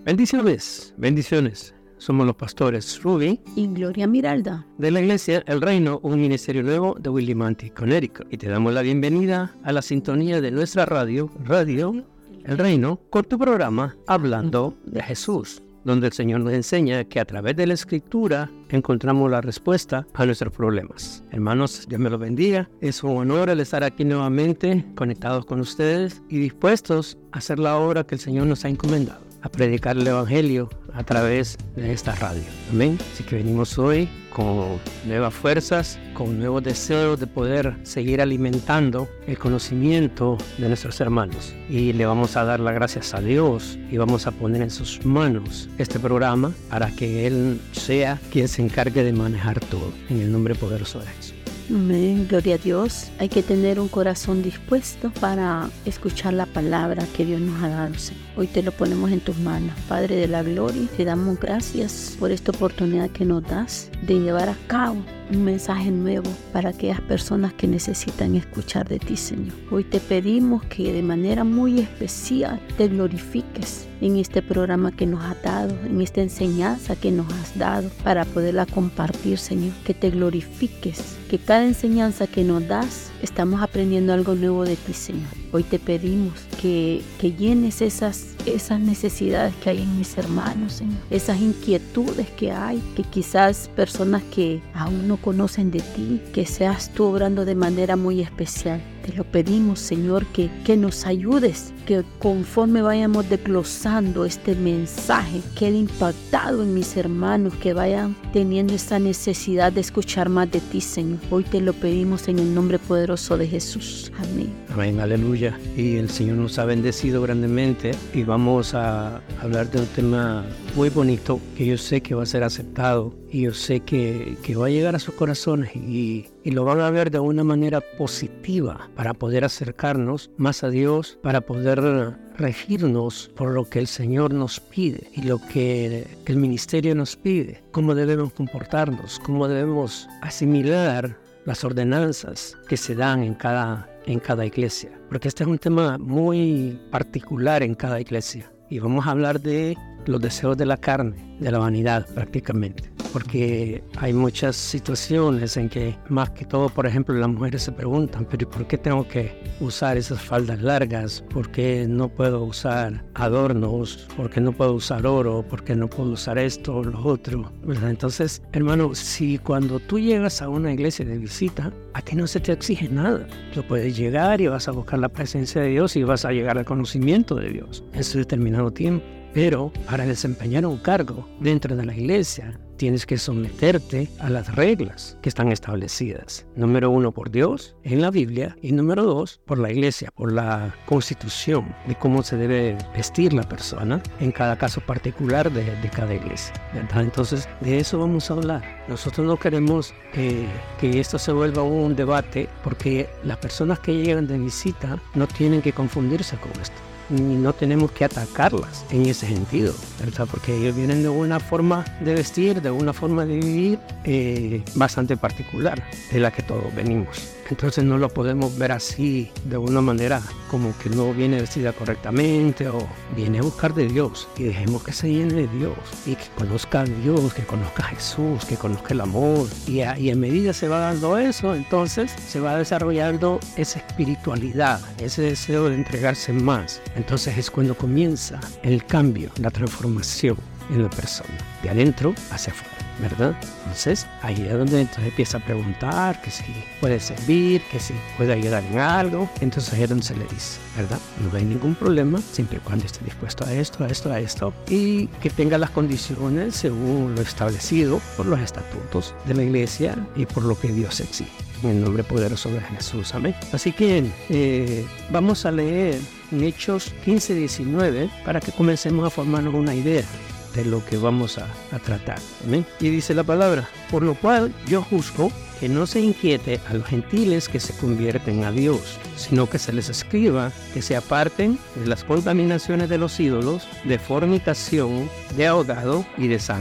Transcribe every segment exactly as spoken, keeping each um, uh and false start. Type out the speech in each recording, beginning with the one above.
Bendiciones, bendiciones. Somos los pastores Ruby y Gloria Miralda de la Iglesia El Reino, un ministerio nuevo de Willimantic, Connecticut. Y te damos la bienvenida a la sintonía de nuestra radio, Radio El Reino, con tu programa Hablando de Jesús, donde el Señor nos enseña que a través de la Escritura encontramos la respuesta a nuestros problemas. Hermanos, Dios me los bendiga. Es un honor el estar aquí nuevamente, conectados con ustedes y dispuestos a hacer la obra que el Señor nos ha encomendado, a predicar el Evangelio a través de esta radio. Amén. Así que venimos hoy con nuevas fuerzas, con nuevos deseos de poder seguir alimentando el conocimiento de nuestros hermanos. Y le vamos a dar las gracias a Dios y vamos a poner en sus manos este programa para que Él sea quien se encargue de manejar todo. En el nombre poderoso de Jesús. Amén, gloria a Dios. Hay que tener un corazón dispuesto para escuchar la palabra que Dios nos ha dado, Señor. Hoy te lo ponemos en tus manos, Padre de la gloria. Te damos gracias por esta oportunidad que nos das de llevar a cabo un mensaje nuevo para aquellas personas que necesitan escuchar de ti, Señor. Hoy te pedimos que de manera muy especial te glorifiques en este programa que nos has dado, en esta enseñanza que nos has dado para poderla compartir, Señor. Que te glorifiques, que cada enseñanza que nos das estamos aprendiendo algo nuevo de ti, Señor. Hoy te pedimos que, que llenes esas, esas necesidades que hay en mis hermanos, Señor. Esas inquietudes que hay, que quizás personas que aún no conocen de ti, que seas tú obrando de manera muy especial. Te lo pedimos, Señor, que, que nos ayudes, que conforme vayamos desglosando este mensaje, quede impactado en mis hermanos, que vayan teniendo esa necesidad de escuchar más de ti, Señor. Hoy te lo pedimos en el nombre poderoso de Jesús. Amén. Amén, aleluya. Y el Señor nos ha bendecido grandemente y vamos a hablar de un tema muy bonito que yo sé que va a ser aceptado y yo sé que, que va a llegar a sus corazones y, y lo van a ver de una manera positiva para poder acercarnos más a Dios, para poder regirnos por lo que el Señor nos pide y lo que el ministerio nos pide, cómo debemos comportarnos, cómo debemos asimilar las ordenanzas que se dan en cada, en cada iglesia, porque este es un tema muy particular en cada iglesia y vamos a hablar de los deseos de la carne, de la vanidad prácticamente, porque hay muchas situaciones en que más que todo, por ejemplo, las mujeres se preguntan, pero ¿por qué tengo que usar esas faldas largas? ¿Por qué no puedo usar adornos? ¿Por qué no puedo usar oro? ¿Por qué no puedo usar esto o lo otro? ¿Verdad? Entonces, hermano, si cuando tú llegas a una iglesia de visita, a ti no se te exige nada. Tú puedes llegar y vas a buscar la presencia de Dios y vas a llegar al conocimiento de Dios en su determinado tiempo. Pero para desempeñar un cargo dentro de la iglesia, tienes que someterte a las reglas que están establecidas. Número uno, por Dios en la Biblia, y número dos, por la iglesia, por la constitución de cómo se debe vestir la persona en cada caso particular de, de cada iglesia, ¿verdad? Entonces, de eso vamos a hablar. Nosotros no queremos eh, que esto se vuelva un debate, porque las personas que llegan de visita no tienen que confundirse con esto. Y no tenemos que atacarlas en ese sentido, ¿verdad? Porque ellos vienen de una forma de vestir, de una forma de vivir eh, bastante particular, de la que todos venimos. Entonces no lo podemos ver así, de una manera como que no viene vestida correctamente o viene a buscar de Dios, y dejemos que se llene de Dios y que conozca a Dios, que conozca a Jesús, que conozca el amor, y a, y a medida se va dando eso, entonces se va desarrollando esa espiritualidad, ese deseo de entregarse más. Entonces es cuando comienza el cambio, la transformación en la persona, de adentro hacia afuera, ¿verdad? Entonces ahí es donde entonces empieza a preguntar que si puede servir, que si puede ayudar en algo. Entonces ahí es donde se le dice, ¿verdad? No hay ningún problema siempre y cuando esté dispuesto a esto, a esto, a esto, y que tenga las condiciones según lo establecido por los estatutos de la iglesia y por lo que Dios exige. En el nombre poderoso de Jesús, amén. Así que eh, vamos a leer en Hechos quince diecinueve para que comencemos a formarnos una idea de lo que vamos a, a tratar. ¿Amén? Y dice la palabra: por lo cual yo juzgo que no se inquiete a los gentiles que se convierten a Dios, sino que se les escriba que se aparten de las contaminaciones de los ídolos, de fornicación, de ahogado y de sangre.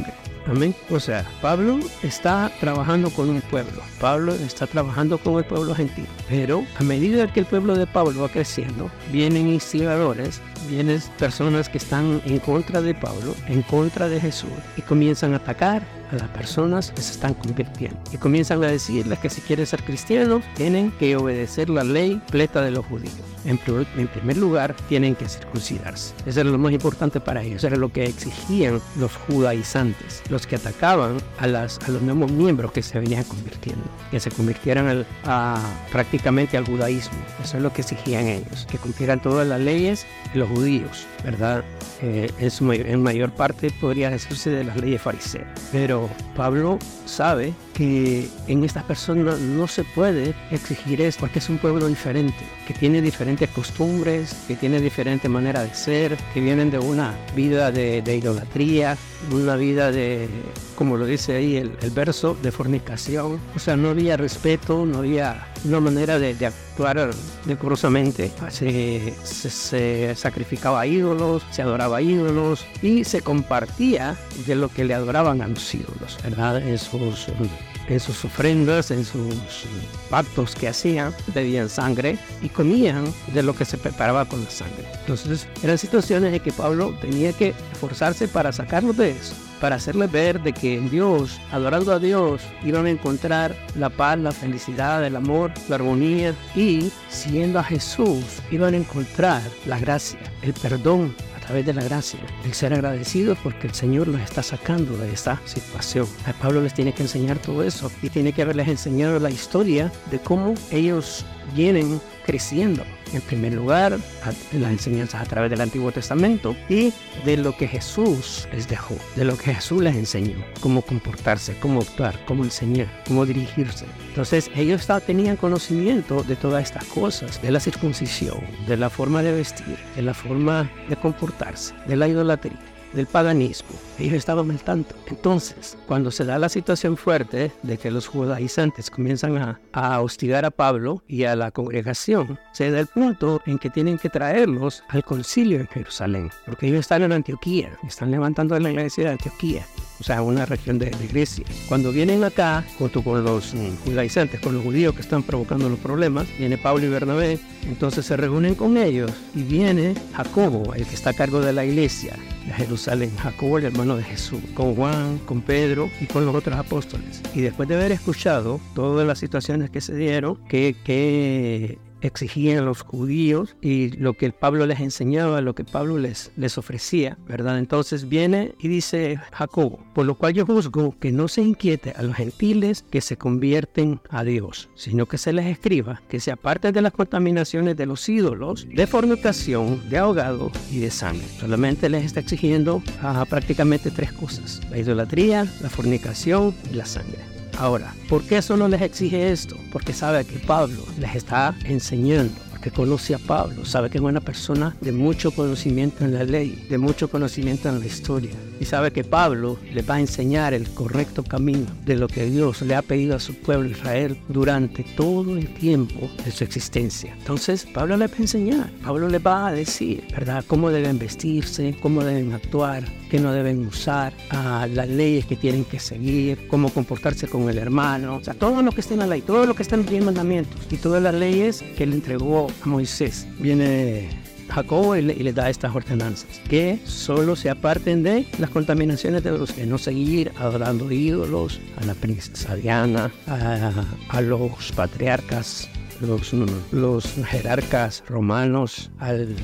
Amén. O sea, Pablo está trabajando con un pueblo. Pablo está trabajando con el pueblo gentil. Pero a medida que el pueblo de Pablo va creciendo, vienen instigadores, vienen personas que están en contra de Pablo, en contra de Jesús, y comienzan a atacar a las personas que se están convirtiendo. Y comienzan a decirles que si quieren ser cristianos, tienen que obedecer la ley completa de los judíos. En, en primer lugar, tienen que circuncidarse. Eso era lo más importante para ellos. Eso era lo que exigían los judaizantes, los que atacaban a, las, a los nuevos miembros que se venían convirtiendo, que se convirtieran al, a, prácticamente al judaísmo. Eso es lo que exigían ellos, que cumplieran todas las leyes de los judíos, ¿verdad? Eh, en, su, en mayor parte podría decirse de las leyes fariseas. Pero Pablo sabe que en estas personas no se puede exigir eso, porque es un pueblo diferente, que tiene diferentes costumbres, que tiene diferente manera de ser, que vienen de una vida de, de idolatría, una vida de, como lo dice ahí el, el verso, de fornicación. O sea, no había respeto, no había una manera de, de actuar decorosamente. Se, se, se sacrificaba a ídolos, se adoraba a ídolos y se compartía de lo que le adoraban a los ídolos, ¿verdad? En sus, en sus ofrendas, en sus pactos que hacían, bebían sangre y comían de lo que se preparaba con la sangre. Entonces, eran situaciones en que Pablo tenía que esforzarse para sacarlos de eso, para hacerles ver de que en Dios, adorando a Dios, iban a encontrar la paz, la felicidad, el amor, la armonía, y siguiendo a Jesús iban a encontrar la gracia, el perdón a través de la gracia, el ser agradecidos porque el Señor los está sacando de esta situación. A Pablo les tiene que enseñar todo eso y tiene que haberles enseñado la historia de cómo ellos vienen creciendo. En primer lugar, las enseñanzas a través del Antiguo Testamento y de lo que Jesús les dejó, de lo que Jesús les enseñó, cómo comportarse, cómo actuar, cómo enseñar, cómo dirigirse. Entonces, ellos tenían conocimiento de todas estas cosas, de la circuncisión, de la forma de vestir, de la forma de comportarse, de la idolatría, del paganismo. Ellos estaban al tanto. Entonces, cuando se da la situación fuerte de que los judaizantes comienzan a, a hostigar a Pablo y a la congregación, se da el punto en que tienen que traerlos al concilio en Jerusalén, porque ellos están en Antioquía, están levantando la iglesia de Antioquía, o sea, una región de, de Grecia. Cuando vienen acá, junto con los mm, judaizantes, con los judíos que están provocando los problemas, viene Pablo y Bernabé, entonces se reúnen con ellos y viene Jacobo, el que está a cargo de la iglesia de Jerusalén, Jacobo, el hermano de Jesús, con Juan, con Pedro y con los otros apóstoles. Y después de haber escuchado todas las situaciones que se dieron, que, que exigían los judíos y lo que el Pablo les enseñaba, lo que Pablo les, les ofrecía, ¿verdad? Entonces viene y dice Jacobo, por lo cual yo juzgo que no se inquiete a los gentiles que se convierten a Dios, sino que se les escriba que se aparten de las contaminaciones de los ídolos, de fornicación, de ahogado y de sangre. Solamente les está exigiendo uh, prácticamente tres cosas: la idolatría, la fornicación y la sangre. Ahora, ¿por qué solo les exige esto? Porque sabe que Pablo les está enseñando, porque conoce a Pablo, sabe que es una persona de mucho conocimiento en la ley, de mucho conocimiento en la historia, y sabe que Pablo les va a enseñar el correcto camino de lo que Dios le ha pedido a su pueblo Israel durante todo el tiempo de su existencia. Entonces, Pablo les va a enseñar, Pablo les va a decir, ¿verdad?, cómo deben vestirse, cómo deben actuar, qué no deben usar, a las leyes que tienen que seguir, cómo comportarse con el hermano, o sea, todo lo que está en la ley, todo lo que está en los diez mandamientos y todas las leyes que le entregó a Moisés. Viene Jacobo y le, y le da estas ordenanzas, que solo se aparten de las contaminaciones de los que no seguir adorando ídolos, a la princesa Diana, a, a los patriarcas, los, los jerarcas romanos, al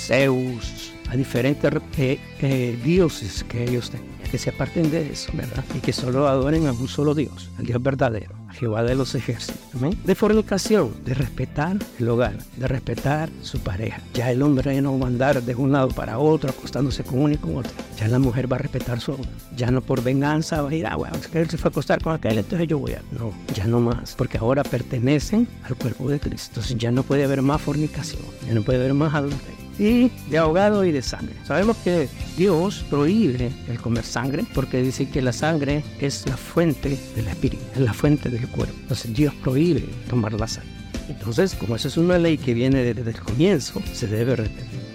Zeus, a diferentes eh, eh, dioses que ellos tenían, que se aparten de eso, ¿verdad? Y que solo adoren a un solo Dios, al Dios verdadero, a Jehová de los ejércitos. ¿Amén? De fornicación, de respetar el hogar, de respetar su pareja. Ya el hombre no va a andar de un lado para otro, acostándose con uno y con otro. Ya la mujer va a respetar su hogar. Ya no por venganza va a ir, ah, bueno, él se fue a acostar con aquel, entonces yo voy a... No, ya no más, porque ahora pertenecen al cuerpo de Cristo. Entonces ya no puede haber más fornicación, ya no puede haber más adulterio. Y de ahogado y de sangre. Sabemos que Dios prohíbe el comer sangre porque dice que la sangre es la fuente del espíritu, es la fuente del cuerpo. Entonces Dios prohíbe tomar la sangre. Entonces, como esa es una ley que viene desde el comienzo, se debe respetar.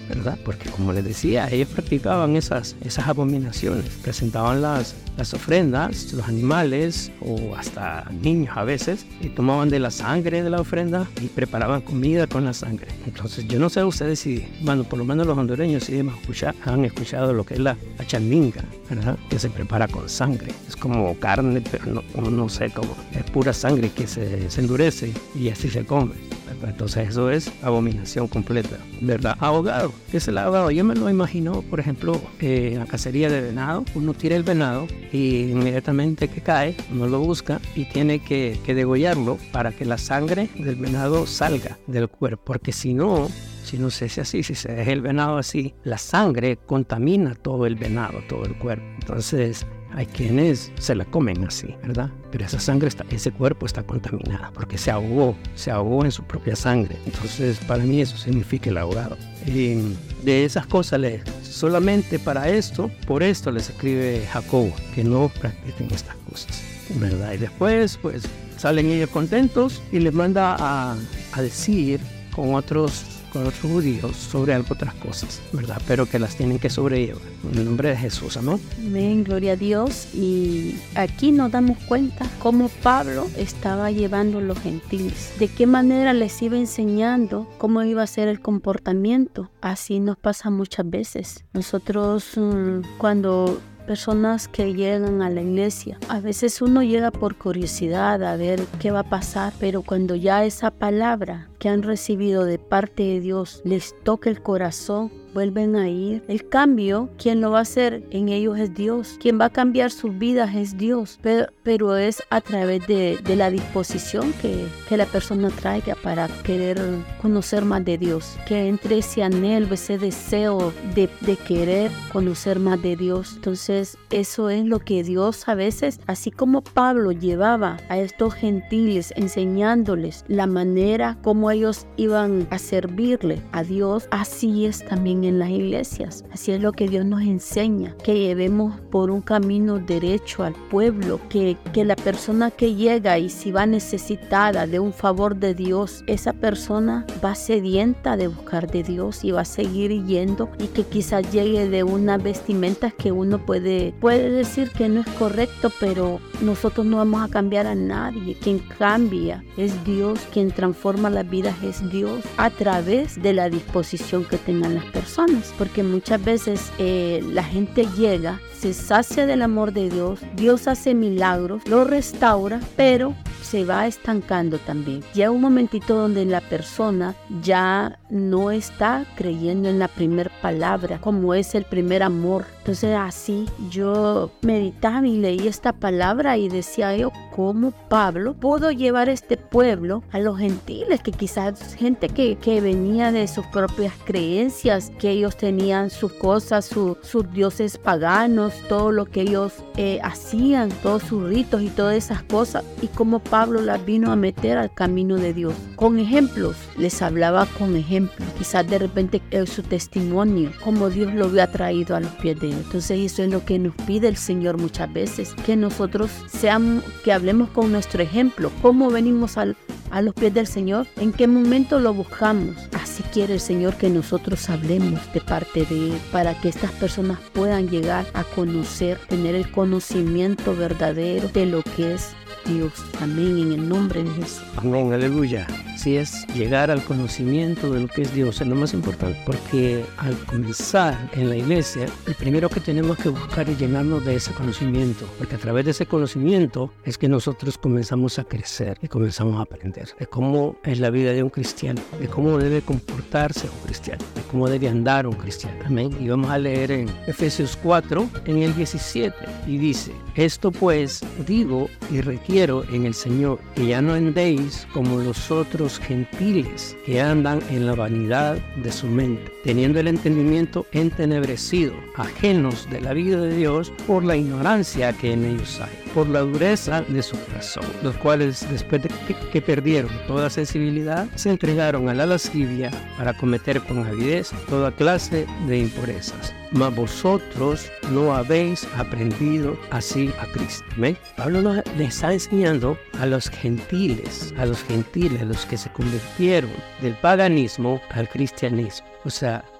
¿verdad? Porque como les decía, ellos practicaban esas, esas abominaciones, presentaban las, las ofrendas, los animales o hasta niños a veces, y tomaban de la sangre de la ofrenda y preparaban comida con la sangre. Entonces yo no sé ustedes si, bueno, por lo menos los hondureños sí hemos escuchado, han escuchado lo que es la, la chandinga, ¿verdad? Que se prepara con sangre. Es como carne, pero no, no sé cómo, es pura sangre que se, se endurece y así se come. Entonces eso es abominación completa, ¿verdad? Ahogado, ¿qué es el ahogado? Yo me lo imagino, por ejemplo, eh, en la cacería de venado, uno tira el venado y inmediatamente que cae, uno lo busca y tiene que, que degollarlo para que la sangre del venado salga del cuerpo, porque si no, si no se hace así, si se deja el venado así, la sangre contamina todo el venado, todo el cuerpo. Entonces hay quienes se la comen así, ¿verdad? Pero esa sangre, está, ese cuerpo está contaminado porque se ahogó, se ahogó en su propia sangre. Entonces, para mí eso significa el ahogado. Y de esas cosas, les, solamente para esto, por esto les escribe Jacobo, que no practiquen estas cosas, ¿verdad? Y después, pues, salen ellos contentos y les manda a, a decir con otros con otros judíos sobre algo, otras cosas, ¿verdad? Pero que las tienen que sobrellevar. En el nombre de Jesús, amén. Amén, gloria a Dios. Y aquí nos damos cuenta cómo Pablo estaba llevando a los gentiles, de qué manera les iba enseñando cómo iba a ser el comportamiento. Así nos pasa muchas veces. Nosotros mmm, cuando personas que llegan a la iglesia, a veces uno llega por curiosidad a ver qué va a pasar, pero cuando ya esa palabra que han recibido de parte de Dios les toca el corazón, vuelven a ir. El cambio, quien lo va a hacer en ellos es Dios. Quien va a cambiar sus vidas es Dios, pero, pero es a través de, de la disposición que, que la persona traiga para querer conocer más de Dios, que entre ese anhelo, ese deseo de, de querer conocer más de Dios. Entonces eso es lo que Dios a veces, así como Pablo llevaba a estos gentiles enseñándoles la manera como ellos iban a servirle a Dios, así es también en las iglesias. Así es lo que Dios nos enseña, que llevemos por un camino derecho al pueblo, que, que la persona que llega y si va necesitada de un favor de Dios, esa persona va sedienta de buscar de Dios y va a seguir yendo, y que quizás llegue de una vestimenta que uno puede, puede decir que no es correcto, pero nosotros no vamos a cambiar a nadie. Quien cambia es Dios, quien transforma las vidas es Dios a través de la disposición que tengan las personas, porque muchas veces eh, la gente llega, se sacia del amor de Dios, Dios hace milagros, lo restaura, pero se va estancando también. Llega un momentito donde la persona ya no está creyendo en la primera palabra, como es el primer amor. Entonces así yo meditaba y leí esta palabra y decía yo, ¿cómo Pablo pudo llevar este pueblo a los gentiles? Que quizás gente que, que venía de sus propias creencias, que ellos tenían sus cosas, su, sus dioses paganos, todo lo que ellos eh, hacían, todos sus ritos y todas esas cosas, y cómo Pablo las vino a meter al camino de Dios. Con ejemplos, les hablaba con ejemplos, quizás de repente eh, su testimonio, cómo Dios lo había traído a los pies de él. Entonces eso es lo que nos pide el Señor muchas veces, que nosotros seamos, que hablemos con nuestro ejemplo, cómo venimos al, a los pies del Señor, en qué momento lo buscamos. Así quiere el Señor que nosotros hablemos de parte de Él, para que estas personas puedan llegar a conocer, tener el conocimiento verdadero de lo que es Dios. Amén, en el nombre de Jesús. Amén, aleluya. Así es, llegar al conocimiento de lo que es Dios es lo más importante, porque al comenzar en la iglesia, el primero que tenemos que buscar es llenarnos de ese conocimiento, porque a través de ese conocimiento es que nosotros comenzamos a crecer y comenzamos a aprender de cómo es la vida de un cristiano, de cómo debe comportarse un cristiano, de cómo debe andar un cristiano. Amén. Y vamos a leer en Efesios cuatro, en el diecisiete, y dice: esto pues digo y requiero en el Señor, que ya no andéis como los otros gentiles que andan en la vanidad de su mente, teniendo el entendimiento entenebrecido, ajenos de la vida de Dios por la ignorancia que en ellos hay, por la dureza de su corazón, los cuales después de que, que perdieron toda sensibilidad, se entregaron a la lascivia para cometer con avidez toda clase de impurezas. Mas vosotros no habéis aprendido así a Cristo. ¿Ven? Pablo nos, les está enseñando a los gentiles, a los gentiles, los que se convirtieron del paganismo al cristianismo. O sea,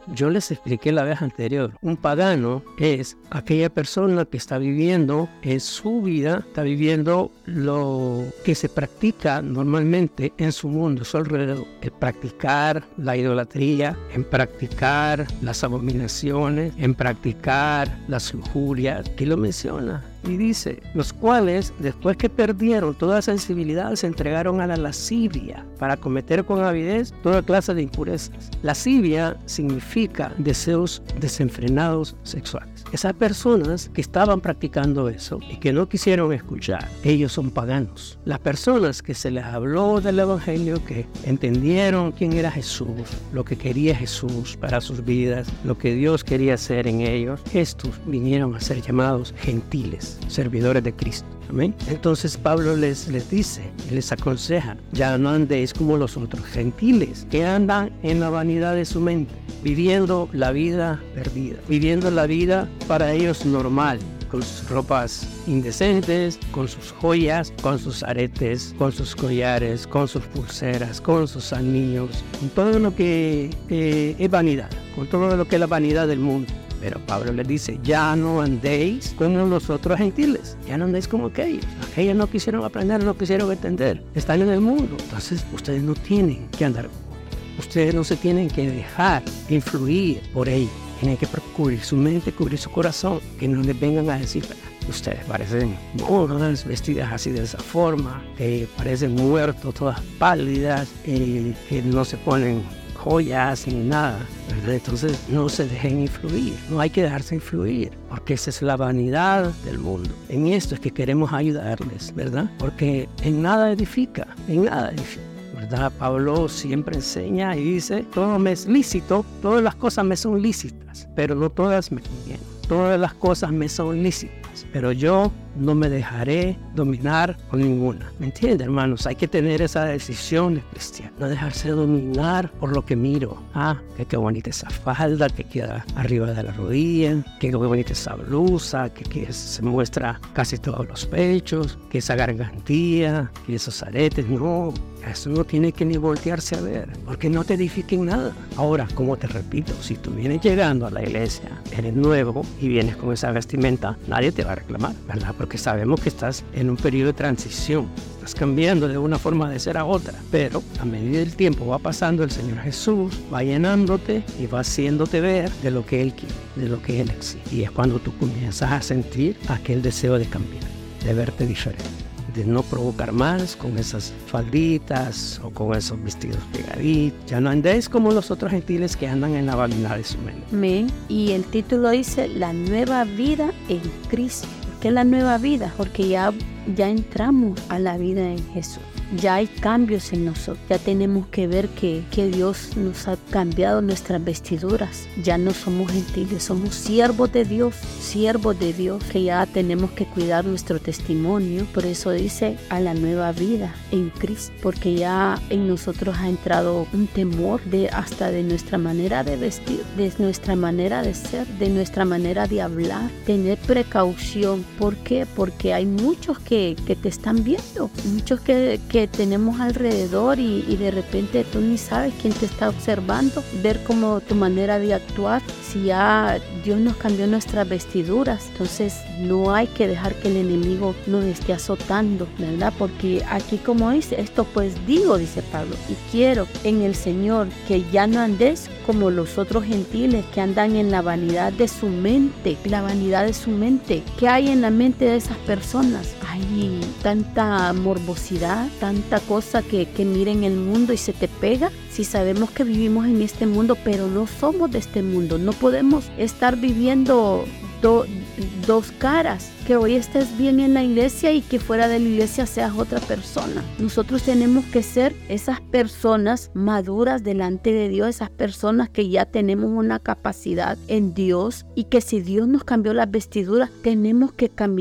Yo les expliqué la vez anterior. Un pagano es aquella persona que está viviendo en su vida, está viviendo lo que se practica normalmente en su mundo, a su alrededor. El practicar la idolatría, en practicar las abominaciones, en practicar las lujurias. Aquí lo menciona. Y dice, los cuales, después que perdieron toda sensibilidad, se entregaron a la lascivia para cometer con avidez toda clase de impurezas. Lascivia significa deseos desenfrenados sexuales. Esas personas que estaban practicando eso y que no quisieron escuchar, ellos son paganos. Las personas que se les habló del Evangelio, que entendieron quién era Jesús, lo que quería Jesús para sus vidas, lo que Dios quería hacer en ellos, estos vinieron a ser llamados gentiles, servidores de Cristo. Amén. Entonces Pablo les, les dice, les aconseja, ya no andéis como los otros gentiles, que andan en la vanidad de su mente, viviendo la vida perdida, viviendo la vida para ellos normal, con sus ropas indecentes, con sus joyas, con sus aretes, con sus collares, con sus pulseras, con sus anillos, con todo lo que eh, es vanidad, con todo lo que es la vanidad del mundo. Pero Pablo les dice, ya no andéis como los otros gentiles, ya no andéis como aquellos. Aquellos no quisieron aprender, no quisieron entender, están en el mundo. Entonces ustedes no tienen que andar como ellos. Ustedes no se tienen que dejar influir por ellos. Tienen que cubrir su mente, cubrir su corazón, que no les vengan a decir, ustedes parecen monas, vestidas así de esa forma, que parecen muertos, todas pálidas, eh, que no se ponen joyas ni nada, ¿verdad? Entonces no se dejen influir, no hay que dejarse influir, porque esa es la vanidad del mundo. En esto es que queremos ayudarles, ¿verdad? Porque en nada edifica, en nada edifica, ¿verdad? Pablo siempre enseña y dice, todo me es lícito, todas las cosas me son lícitas, pero no todas me convienen. Todas las cosas me son lícitas, pero yo no me dejaré dominar por ninguna. ¿Me entienden, hermanos? Hay que tener esa decisión de cristiano, no dejarse dominar por lo que miro. Ah, que qué bonita esa falda que queda arriba de la rodilla, que qué bonita esa blusa, que, que se muestra casi todos los pechos, que esa gargantilla, que esos aretes. No, eso no tiene que ni voltearse a ver, porque no te edifiquen nada. Ahora, como te repito, si tú vienes llegando a la iglesia, eres nuevo y vienes con esa vestimenta, nadie te va a reclamar, ¿verdad? Porque sabemos que estás en un periodo de transición, estás cambiando de una forma de ser a otra, pero a medida del tiempo va pasando, el Señor Jesús va llenándote y va haciéndote ver de lo que Él quiere, de lo que Él exige. Y es cuando tú comienzas a sentir aquel deseo de cambiar, de verte diferente, de no provocar más con esas falditas o con esos vestidos pegaditos. Ya no andéis como los otros gentiles que andan en la vanidad de su mente. Amén. Y el título dice, la nueva vida en Cristo. ¿Qué es la nueva vida? Porque ya, ya entramos a la vida en Jesús. Ya hay cambios en nosotros. Ya tenemos que ver que, que Dios nos ha cambiado nuestras vestiduras. Ya no somos gentiles, somos siervos de Dios, siervos de Dios, que ya tenemos que cuidar nuestro testimonio. Por eso dice a la nueva vida en Cristo, porque ya en nosotros ha entrado un temor de hasta de nuestra manera de vestir, de nuestra manera de ser, de nuestra manera de hablar. Tener precaución. ¿Por qué? Porque hay muchos que, que te están viendo, muchos que, que que tenemos alrededor y, y de repente tú ni sabes quién te está observando, ver cómo tu manera de actuar, si ya Dios nos cambió nuestras vestiduras, entonces no hay que dejar que el enemigo nos esté azotando, ¿verdad? Porque aquí como dice, esto pues digo, dice Pablo, y quiero en el Señor que ya no andes como los otros gentiles que andan en la vanidad de su mente, la vanidad de su mente. ¿Qué hay en la mente de esas personas? Hay tanta morbosidad, tanta cosa que, que miren el mundo y se te pega. Si sabemos que vivimos en este mundo, pero no somos de este mundo, no podemos estar viviendo do, dos caras, que hoy estés bien en la iglesia y que fuera de la iglesia seas otra persona. Nosotros tenemos que ser esas personas maduras delante de Dios, esas personas que ya tenemos una capacidad en Dios y que si Dios nos cambió las vestiduras, tenemos que caminar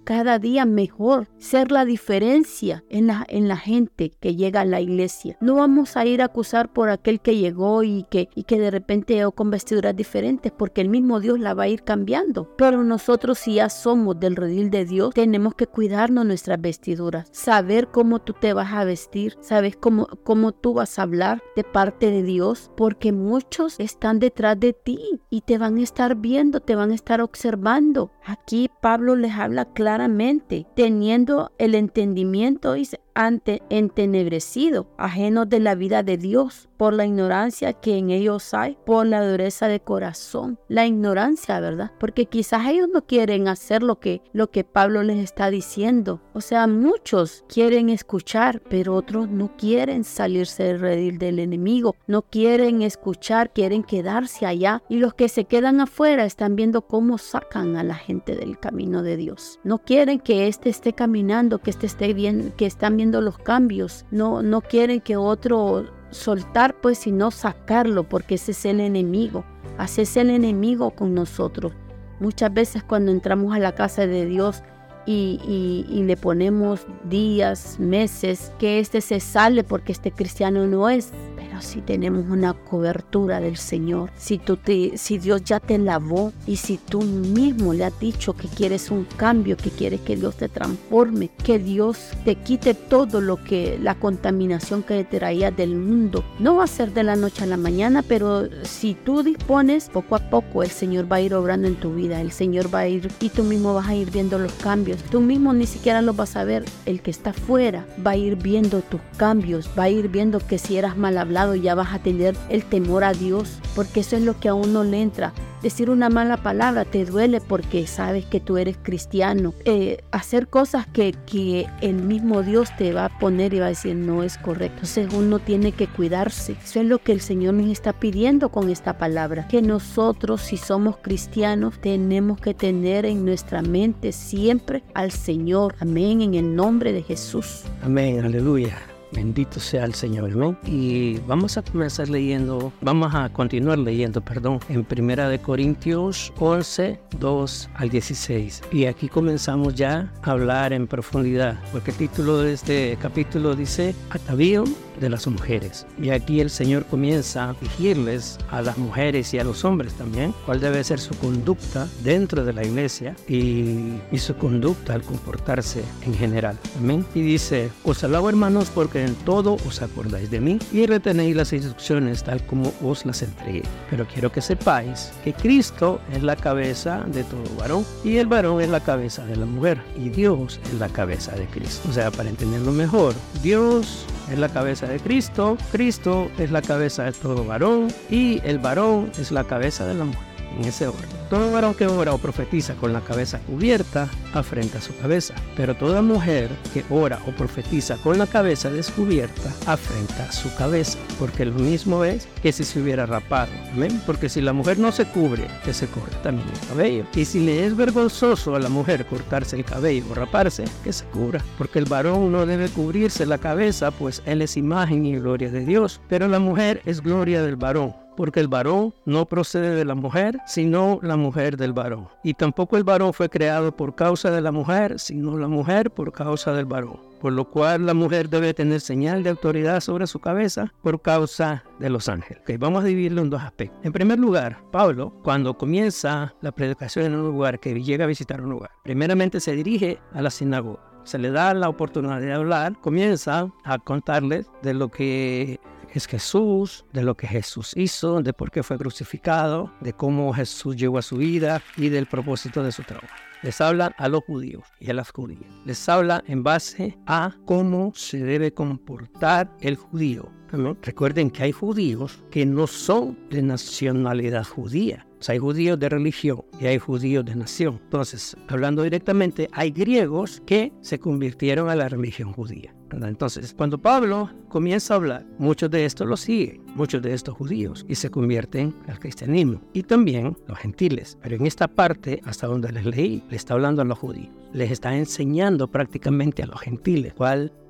cada día mejor, ser la diferencia en la, en la gente que llega a la iglesia. No vamos a ir a acusar por aquel que llegó y que, y que de repente llegó con vestiduras diferentes, porque el mismo Dios la va a ir cambiando. Pero nosotros, si ya somos del redil de Dios, tenemos que cuidarnos nuestras vestiduras, saber cómo tú te vas a vestir, sabes cómo, cómo tú vas a hablar de parte de Dios, porque muchos están detrás de ti y te van a estar viendo, te van a estar observando. Aquí Pablo les habla claramente, teniendo el entendimiento, dice, ante entenebrecido, ajenos de la vida de Dios, por la ignorancia que en ellos hay, por la dureza de corazón. La ignorancia, ¿verdad? Porque quizás ellos no quieren hacer lo que, lo que Pablo les está diciendo. O sea, muchos quieren escuchar, pero otros no quieren salirse del redil del enemigo, no quieren escuchar, quieren quedarse allá. Y los que se quedan afuera están viendo cómo sacan a la gente del camino de Dios. No quieren que éste esté caminando, que éste esté bien, que están viendo los cambios. No, no quieren que otro soltar, pues, sino sacarlo, porque ese es el enemigo. Ese es el enemigo con nosotros. Muchas veces cuando entramos a la casa de Dios y, y, y le ponemos días, meses, que este se sale porque este cristiano no es. Pero si tenemos una cobertura del Señor, si, tú te, si Dios ya te lavó y si tú mismo le has dicho que quieres un cambio, que quieres que Dios te transforme, que Dios te quite todo lo que, la contaminación que te traía del mundo. No va a ser de la noche a la mañana, pero si tú dispones, poco a poco el Señor va a ir obrando en tu vida, el Señor va a ir y tú mismo vas a ir viendo los cambios. Tú mismo ni siquiera los vas a ver, el que está afuera va a ir viendo tus cambios, va a ir viendo que si eras mal hablado ya vas a tener el temor a Dios, porque eso es lo que a uno le entra. Decir una mala palabra te duele porque sabes que tú eres cristiano. Eh, hacer cosas que, que el mismo Dios te va a poner y va a decir no es correcto. Entonces uno tiene que cuidarse. Eso es lo que el Señor nos está pidiendo con esta palabra. Que nosotros, si somos cristianos, tenemos que tener en nuestra mente siempre al Señor. Amén, en el nombre de Jesús. Amén, aleluya. Bendito sea el Señor, ¿no? Y vamos a comenzar leyendo, vamos a continuar leyendo, perdón, en Primera de Corintios once, dos al dieciséis. Y aquí comenzamos ya a hablar en profundidad, porque el título de este capítulo dice Atavío de las mujeres. Y aquí el Señor comienza a dirigirles a las mujeres y a los hombres también, cuál debe ser su conducta dentro de la iglesia y, y su conducta al comportarse en general. Amén. Y dice, os alabo, hermanos, porque en todo os acordáis de mí y retenéis las instrucciones tal como os las entregué. Pero quiero que sepáis que Cristo es la cabeza de todo varón y el varón es la cabeza de la mujer y Dios es la cabeza de Cristo. O sea, para entenderlo mejor, Dios es la cabeza de Cristo, Cristo es la cabeza de todo varón y el varón es la cabeza de la mujer. En ese orden. Todo varón que ora o profetiza con la cabeza cubierta afrenta su cabeza, pero toda mujer que ora o profetiza con la cabeza descubierta afrenta su cabeza, porque lo mismo es que si se hubiera rapado. ¿Amén? Porque si la mujer no se cubre, que se corte también el cabello. Y si le es vergonzoso a la mujer cortarse el cabello o raparse, que se cubra, porque el varón no debe cubrirse la cabeza, pues él es imagen y gloria de Dios, pero la mujer es gloria del varón. Porque el varón no procede de la mujer, sino la mujer del varón. Y tampoco el varón fue creado por causa de la mujer, sino la mujer por causa del varón. Por lo cual la mujer debe tener señal de autoridad sobre su cabeza por causa de los ángeles. Okay, vamos a dividirlo en dos aspectos. En primer lugar, Pablo, cuando comienza la predicación en un lugar, que llega a visitar un lugar, primeramente se dirige a la sinagoga. Se le da la oportunidad de hablar, comienza a contarles de lo que es Jesús, de lo que Jesús hizo, de por qué fue crucificado, de cómo Jesús llegó a su vida y del propósito de su trabajo. Les habla a los judíos y a las judías. Les habla en base a cómo se debe comportar el judío. ¿No? Recuerden que hay judíos que no son de nacionalidad judía. O sea, hay judíos de religión y hay judíos de nación. Entonces, hablando directamente, hay griegos que se convirtieron a la religión judía, ¿verdad? Entonces, cuando Pablo comienza a hablar, muchos de estos lo siguen, muchos de estos judíos, y se convierten al cristianismo. Y también los gentiles. Pero en esta parte, hasta donde les leí, le está hablando a los judíos. Les está enseñando prácticamente a los gentiles cuál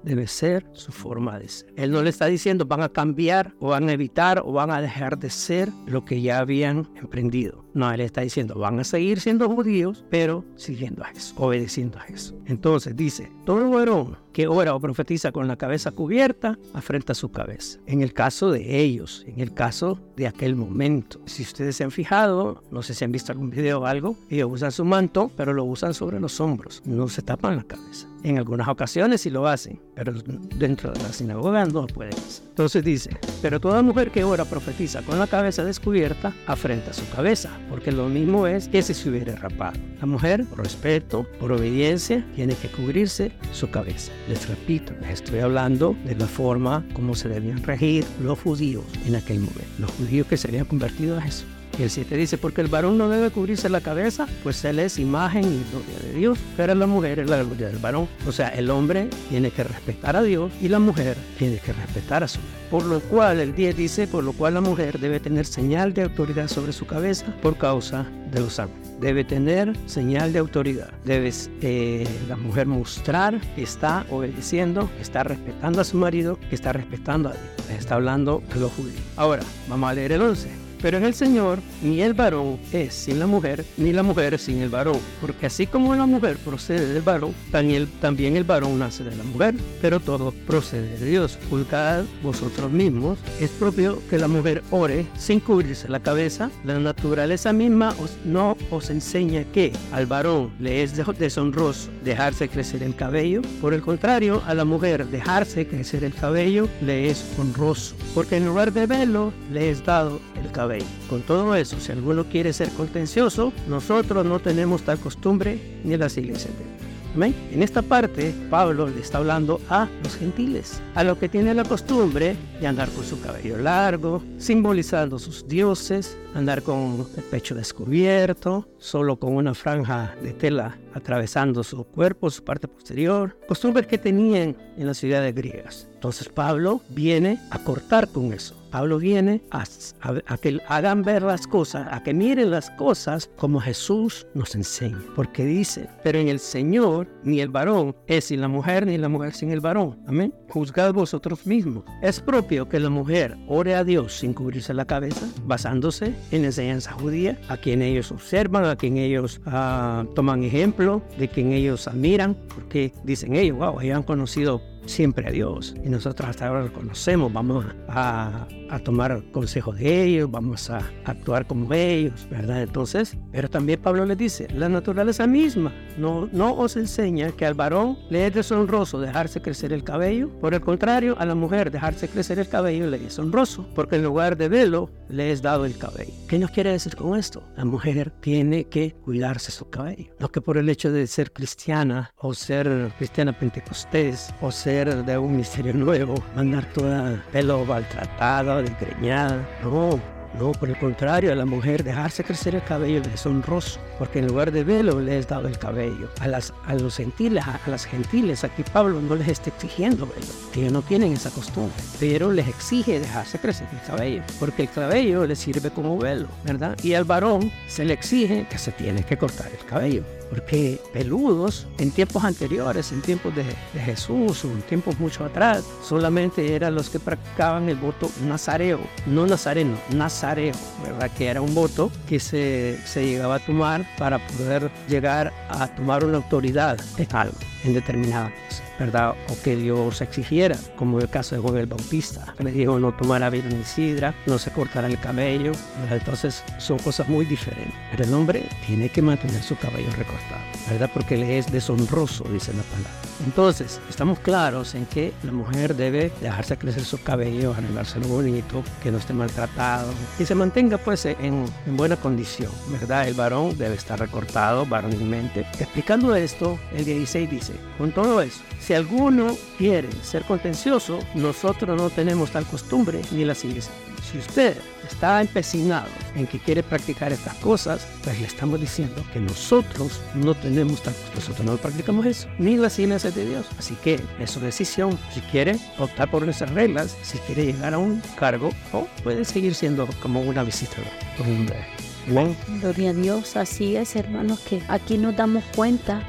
debe ser su forma de ser. Él no le está diciendo van a cambiar o van a evitar o van a dejar de ser lo que ya habían emprendido. No, él está diciendo van a seguir siendo judíos, pero siguiendo a Jesús, obedeciendo a Jesús. Entonces dice, todo varón que ora o profetiza con la cabeza cubierta, afrenta su cabeza. En el caso de ellos, en el caso de aquel momento. Si ustedes se han fijado, no sé si han visto algún video o algo, ellos usan su manto, pero lo usan sobre los hombros, no se tapan la cabeza. En algunas ocasiones sí lo hacen, pero dentro de la sinagoga no lo pueden hacer. Entonces dice, pero toda mujer que ora profetiza con la cabeza descubierta, afrenta su cabeza, porque lo mismo es que si se hubiera rapado. La mujer, por respeto, por obediencia, tiene que cubrirse su cabeza. Les repito, les estoy hablando de la forma como se debían regir los judíos en aquel momento, los judíos que se habían convertido a Jesús. Y el siete dice, porque el varón no debe cubrirse la cabeza, pues él es imagen y gloria de Dios, pero la mujer es la gloria del varón. O sea, el hombre tiene que respetar a Dios y la mujer tiene que respetar a su mujer. Por lo cual, el diez dice, por lo cual la mujer debe tener señal de autoridad sobre su cabeza por causa de los ángeles. Debe tener señal de autoridad. Debe eh, la mujer mostrar que está obedeciendo, que está respetando a su marido, que está respetando a Dios. Está hablando a los judíos. Ahora, vamos a leer el once. Pero en el Señor, ni el varón es sin la mujer, ni la mujer sin el varón. Porque así como la mujer procede del varón, también el varón nace de la mujer, pero todo procede de Dios. Juzgad vosotros mismos. Es propio que la mujer ore sin cubrirse la cabeza. La naturaleza misma os, no os enseña que al varón le es deshonroso dejarse crecer el cabello. Por el contrario, a la mujer dejarse crecer el cabello le es honroso. Porque en lugar de velo, le es dado el cabello. Con todo eso, si alguno quiere ser contencioso, nosotros no tenemos tal costumbre ni las iglesias de Dios. ¿Amén? En esta parte, Pablo le está hablando a los gentiles, a los que tienen la costumbre de andar con su cabello largo, simbolizando sus dioses, andar con el pecho descubierto, solo con una franja de tela atravesando su cuerpo, su parte posterior, costumbres que tenían en las ciudades griegas. Entonces Pablo viene a cortar con eso. Pablo viene a, a, a que hagan ver las cosas, a que miren las cosas como Jesús nos enseña. Porque dice, pero en el Señor ni el varón es sin la mujer, ni la mujer sin el varón. Amén. Juzgad vosotros mismos. Es propio que la mujer ore a Dios sin cubrirse la cabeza, basándose en la enseñanza judía, a quien ellos observan, a quien ellos uh, toman ejemplo, de quien ellos admiran, porque dicen ellos, wow, ellos han conocido siempre a Dios y nosotros hasta ahora lo conocemos, vamos a, a tomar consejos de ellos, vamos a actuar como ellos, ¿verdad? Entonces, pero también Pablo les dice, la naturaleza misma no, no os enseña que al varón le es deshonroso dejarse crecer el cabello, por el contrario, a la mujer dejarse crecer el cabello le es honroso, porque en lugar de velo le es dado el cabello. ¿Qué nos quiere decir con esto? La mujer tiene que cuidarse su cabello, no que por el hecho de ser cristiana o ser cristiana pentecostés o ser de un ministerio nuevo, andar toda pelo maltratado, desgreñada. No, no, por el contrario, a la mujer dejarse crecer el cabello le es honroso, porque en lugar de velo le es dado el cabello. A, las, a los gentiles, a, a las gentiles, aquí Pablo no les está exigiendo velo, ellos no tienen esa costumbre, pero les exige dejarse crecer el cabello, porque el cabello les sirve como velo, ¿verdad? Y al varón se le exige que se tiene que cortar el cabello. Porque peludos en tiempos anteriores, en tiempos de, de Jesús o en tiempos mucho atrás, solamente eran los que practicaban el voto nazareo, no nazareno, nazareo, ¿verdad? Que era un voto que se, se llegaba a tomar para poder llegar a tomar una autoridad en algo, en determinada cosa, ¿verdad? O que Dios exigiera, como el caso de Juan el Bautista, que le dijo no tomara vino ni sidra, no se cortara el cabello, ¿verdad? Entonces son cosas muy diferentes, pero el hombre tiene que mantener su cabello recortado, ¿verdad? Porque le es deshonroso, dice la palabra. Entonces, estamos claros en que la mujer debe dejarse crecer su cabello, arreglárselo bonito, que no esté maltratado, y se mantenga pues en, en buena condición, ¿verdad? El varón debe estar recortado varonilmente. Explicando esto, el dieciséis dice, con todo eso, si alguno quiere ser contencioso, nosotros no tenemos tal costumbre ni las iglesias. Si usted está empecinado en que quiere practicar estas cosas, pues le estamos diciendo que nosotros no tenemos tal costumbre, nosotros no practicamos eso, ni las iglesias de Dios. Así que es su decisión. Si quiere optar por nuestras reglas, si quiere llegar a un cargo, o puede seguir siendo como una visitadora. Gloria a Dios, así es, hermanos, que aquí nos damos cuenta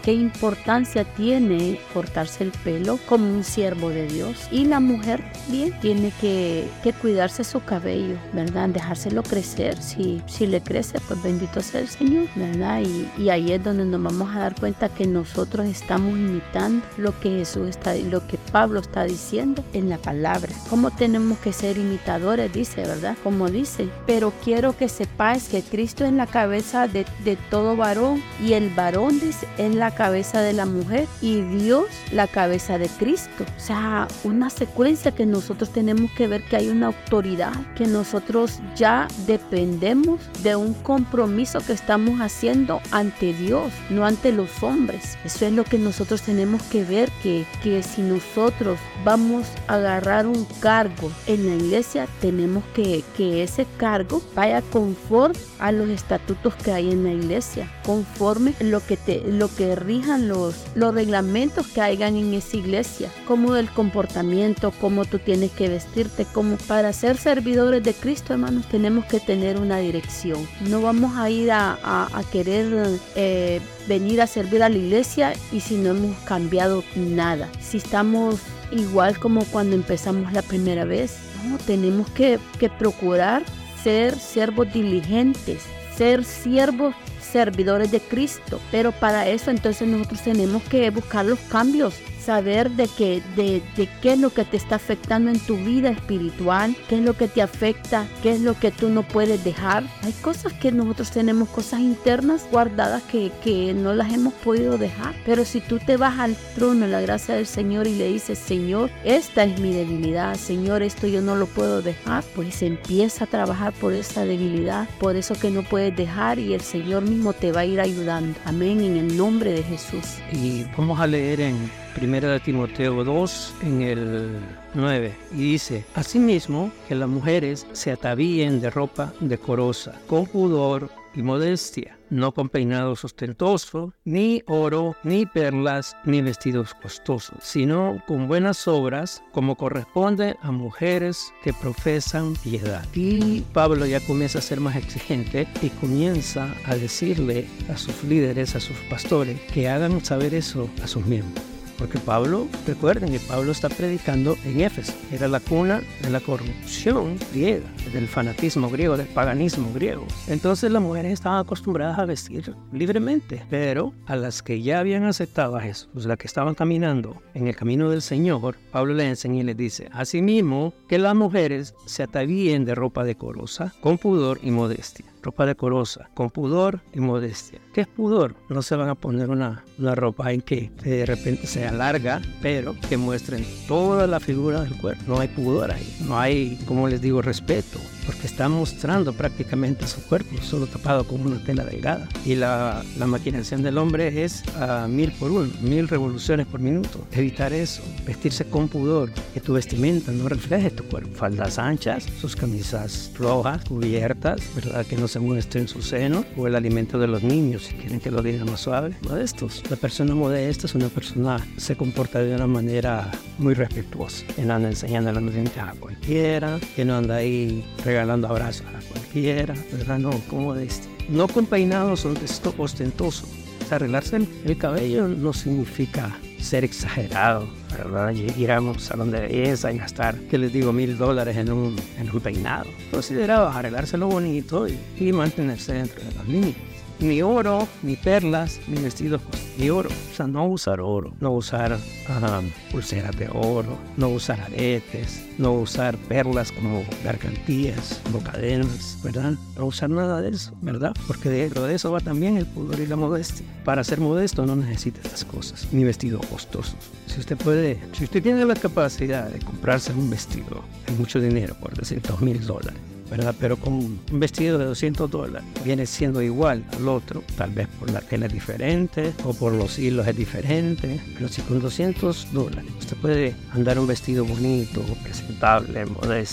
qué importancia tiene cortarse el pelo como un siervo de Dios. Y la mujer bien tiene que, que cuidarse su cabello, ¿verdad? Dejárselo crecer. Si, si le crece, pues bendito sea el Señor, ¿verdad? Y, y ahí es donde nos vamos a dar cuenta que nosotros estamos imitando lo que Jesús está, lo que Pablo está diciendo en la palabra. ¿Cómo tenemos que ser imitadores? Dice, ¿verdad? Como dice, pero quiero que sepáis que Cristo es la cabeza de, de todo varón, y el varón, dice, es la cabeza de la mujer, y Dios la cabeza de Cristo. O sea, una secuencia que nosotros tenemos que ver, que hay una autoridad, que nosotros ya dependemos de un compromiso que estamos haciendo ante Dios, no ante los hombres. Eso es lo que nosotros tenemos que ver, que, que si nosotros vamos a agarrar un cargo en la iglesia, tenemos que que ese cargo vaya conforme a los estatutos que hay en la iglesia, conforme lo que te lo que rijan los los reglamentos que hayan en esa iglesia, como el comportamiento, cómo tú tienes que vestirte, como para ser servidores de Cristo, hermanos, tenemos que tener una dirección. No vamos a ir a, a, a querer eh, venir a servir a la iglesia y si no hemos cambiado nada, si estamos igual como cuando empezamos la primera vez. No, tenemos que, que procurar ser siervos diligentes, ser siervos servidores de Cristo, pero para eso entonces nosotros tenemos que buscar los cambios, saber de qué, de, de qué es lo que te está afectando en tu vida espiritual, qué es lo que te afecta, qué es lo que tú no puedes dejar. Hay cosas que nosotros tenemos, cosas internas guardadas que, que no las hemos podido dejar, pero si tú te vas al trono en la gracia del Señor y le dices, Señor, esta es mi debilidad, Señor, esto yo no lo puedo dejar, pues empieza a trabajar por esa debilidad, por eso que no puedes dejar, y el Señor mismo te va a ir ayudando. Amén, en el nombre de Jesús. Y vamos a leer en Primera de Timoteo dos, en el nueve, y dice: asimismo, que las mujeres se atavíen de ropa decorosa, con pudor y modestia, no con peinados ostentosos, ni oro, ni perlas, ni vestidos costosos, sino con buenas obras, como corresponde a mujeres que profesan piedad. Y Pablo ya comienza a ser más exigente y comienza a decirle a sus líderes, a sus pastores, que hagan saber eso a sus miembros. Porque Pablo, recuerden que Pablo está predicando en Éfeso, era la cuna de la corrupción griega, del fanatismo griego, del paganismo griego. Entonces las mujeres estaban acostumbradas a vestir libremente, pero a las que ya habían aceptado a Jesús, las que estaban caminando en el camino del Señor, Pablo les enseña y les dice: asimismo, que las mujeres se atavíen de ropa decorosa, con pudor y modestia. Ropa decorosa, con pudor y modestia. ¿Qué es pudor? No se van a poner una, una ropa en que de repente sea larga, pero que muestren toda la figura del cuerpo. No hay pudor ahí, no hay, como les digo, respeto, porque está mostrando prácticamente su cuerpo, solo tapado con una tela delgada. Y la, la maquinación del hombre es a mil por uno, mil revoluciones por minuto. Evitar eso, vestirse con pudor, que tu vestimenta no refleje tu cuerpo. Faldas anchas, sus camisas rojas, cubiertas, ¿verdad? Que no se muestren su seno, o el alimento de los niños, si quieren que lo digan más suave. Modestos. La persona modesta es una persona que se comporta de una manera muy respetuosa, que no anda enseñando los dientes a cualquiera, que no anda ahí regalando abrazos a cualquiera, ¿verdad? No, como modestia. No con peinados ostentosos. Arreglarse el, el cabello no significa ser exagerado, ¿verdad? Ir a un salón de belleza y gastar, que les digo, mil dólares en un, en un peinado. Consideraba arreglárselo bonito y, y mantenerse dentro de los límites. Ni oro, ni perlas, ni vestidos de oro. O sea, no usar oro, no usar um, pulseras de oro, no usar aretes, no usar perlas como gargantillas, como cadenas, ¿verdad? No usar nada de eso, ¿verdad? Porque dentro de eso va también el pudor y la modestia. Para ser modesto no necesita estas cosas, ni vestidos costosos. Si usted puede, si usted tiene la capacidad de comprarse un vestido de mucho dinero, por decir dos mil dólares, ¿verdad? Pero con un vestido de doscientos dólares viene siendo igual al otro, tal vez por la tela es diferente o por los hilos es diferente, pero si con doscientos dólares usted puede andar un vestido bonito, presentable, modesto,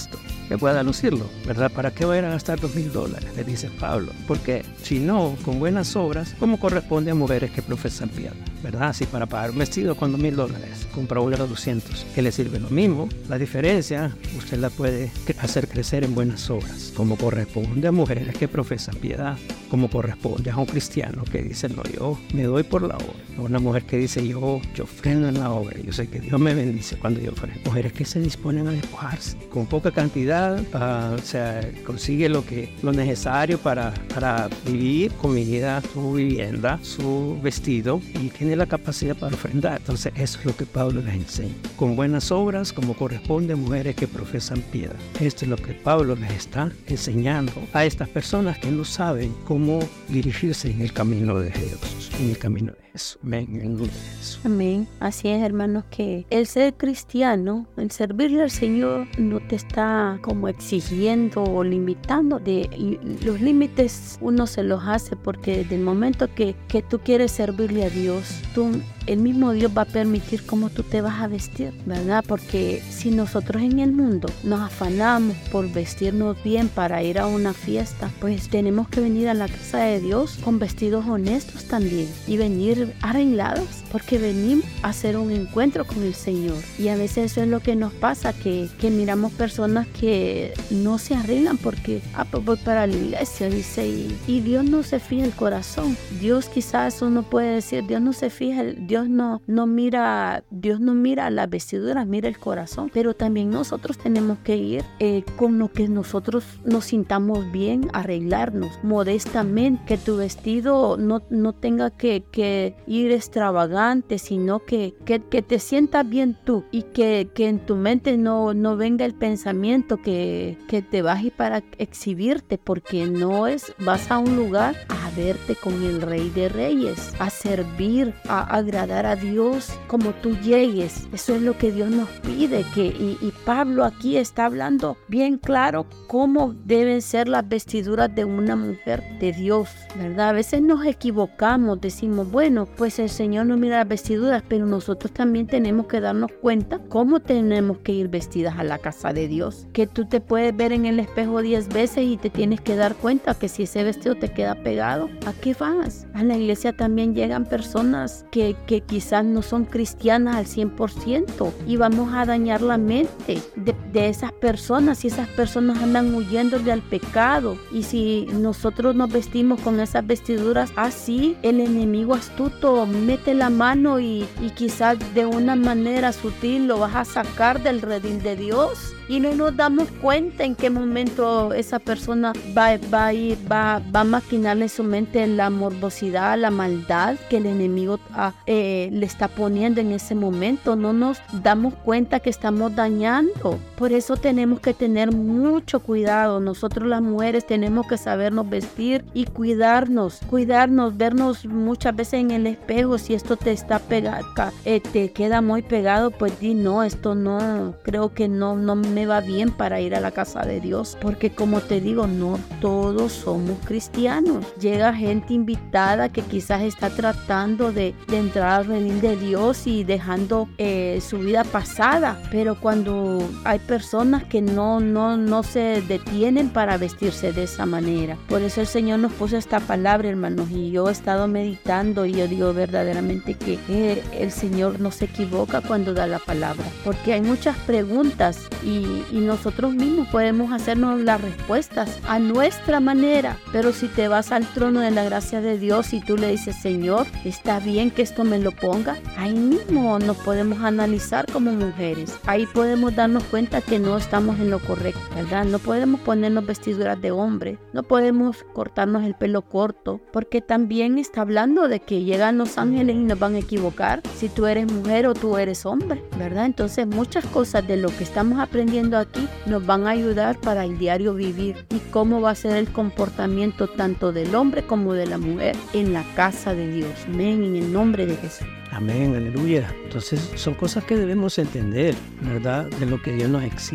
que pueda lucirlo, ¿verdad? ¿Para qué va a ir a gastar dos mil dólares? Le dice Pablo. Porque si no, con buenas obras, como corresponde a mujeres que profesan piedad, ¿verdad? Si para pagar un vestido con dos mil dólares compra uno de doscientos, que le sirve lo mismo, la diferencia usted la puede hacer crecer en buenas obras, como corresponde a mujeres que profesan piedad, como corresponde a un cristiano que dice, no, yo me doy por la obra. A una mujer que dice, yo, yo ofrendo en la obra, yo sé que Dios me bendice cuando yo ofrendo. Mujeres que se disponen a despojarse con poca cantidad, uh, o sea, consigue lo que lo necesario para, para vivir, comida, su vivienda, su vestido, y tiene la capacidad para ofrendar. Entonces eso es lo que Pablo les enseña, con buenas obras como corresponde a mujeres que profesan piedad. Esto es lo que Pablo les está enseñando a estas personas que no saben cómo dirigirse en el camino de Dios, en el camino de Jesús. Amén, en el nombre de Jesús. Amén. Así es, hermanos, que el ser cristiano, el servirle al Señor, no te está como exigiendo o limitando. De los límites uno se los hace porque desde el momento que, que tú quieres servirle a Dios, tú, el mismo Dios va a permitir cómo tú te vas a vestir, ¿verdad? Porque si nosotros en el mundo nos afanamos por vestirnos bien para ir a una fiesta, pues tenemos que venir a la casa de Dios con vestidos honestos también y venir arreglados, porque venimos a hacer un encuentro con el Señor. Y a veces eso es lo que nos pasa, que, que miramos personas que no se arreglan porque, ah, pues voy para la iglesia, dice, y, y Dios no se fija el corazón. Dios quizás uno puede decir, Dios no se fija, el, Dios no, no mira, Dios no mira las vestiduras, mira el corazón. Pero también nosotros tenemos que ir eh, con lo que nosotros nos sintamos bien, arreglarnos modestamente, que tu vestido no, no tenga que, que ir extravagante, sino que, que, que te sientas bien tú, y que, que en tu mente no, no venga el pensamiento que, que te vas a ir para exhibirte, porque no es, vas a un lugar a verte con el Rey de Reyes, a servir, a agradar a Dios como tú llegues. Eso es lo que Dios nos pide, que, y, y Pablo aquí está hablando bien claro cómo deben ser las vestiduras de una mujer de Dios, ¿verdad? A veces nos equivocamos, decimos, bueno, pues el Señor no mira las vestiduras, pero nosotros también tenemos que darnos cuenta cómo tenemos que ir vestidas a la casa de Dios. Que tú te puedes ver en el espejo diez veces y te tienes que dar cuenta que si ese vestido te queda pegado, ¿a qué vas? A la iglesia también llegan personas que, que quizás no son cristianas al cien por ciento y vamos a dañar la mente de, de esas personas, y esas personas andan huyéndole al pecado. Y si nosotros nos vestimos con esas vestiduras así, el enemigo astuto mete la mano y, y quizás de una manera sutil lo vas a sacar del redil de Dios, y no nos damos cuenta en qué momento esa persona va, va a ir, va, va a maquinar en su mente la morbosidad, la maldad que el enemigo ah, eh, le está poniendo en ese momento. No nos damos cuenta que estamos dañando. Por eso tenemos que tener mucho cuidado. Nosotros las mujeres tenemos que sabernos vestir y cuidarnos, cuidarnos, vernos muchas veces en el espejo. Si esto te está pegado, eh, te queda muy pegado, pues di no, esto no, creo que no, no me va bien para ir a la casa de Dios, porque como te digo, no todos somos cristianos. Llega gente invitada que quizás está tratando de, de entrar al redil de Dios y dejando eh, su vida pasada, pero cuando hay personas que no, no, no se detienen para vestirse de esa manera. Por eso el Señor nos puso esta palabra, hermanos, y yo he estado meditando y yo digo verdaderamente que eh, el Señor no se equivoca cuando da la palabra, porque hay muchas preguntas y Y, y nosotros mismos podemos hacernos las respuestas a nuestra manera. Pero si te vas al trono de la gracia de Dios y tú le dices, Señor, ¿está bien que esto me lo ponga? Ahí mismo nos podemos analizar como mujeres. Ahí podemos darnos cuenta que no estamos en lo correcto, ¿verdad? No podemos ponernos vestiduras de hombre, no podemos cortarnos el pelo corto, porque también está hablando de que llegan los ángeles y nos van a equivocar si tú eres mujer o tú eres hombre, ¿verdad? Entonces muchas cosas de lo que estamos aprendiendo aquí nos van a ayudar para el diario vivir y cómo va a ser el comportamiento tanto del hombre como de la mujer en la casa de Dios. Amén, en el nombre de Jesús. Amén, aleluya. Entonces son cosas que debemos entender, ¿verdad? De lo que Dios nos exige.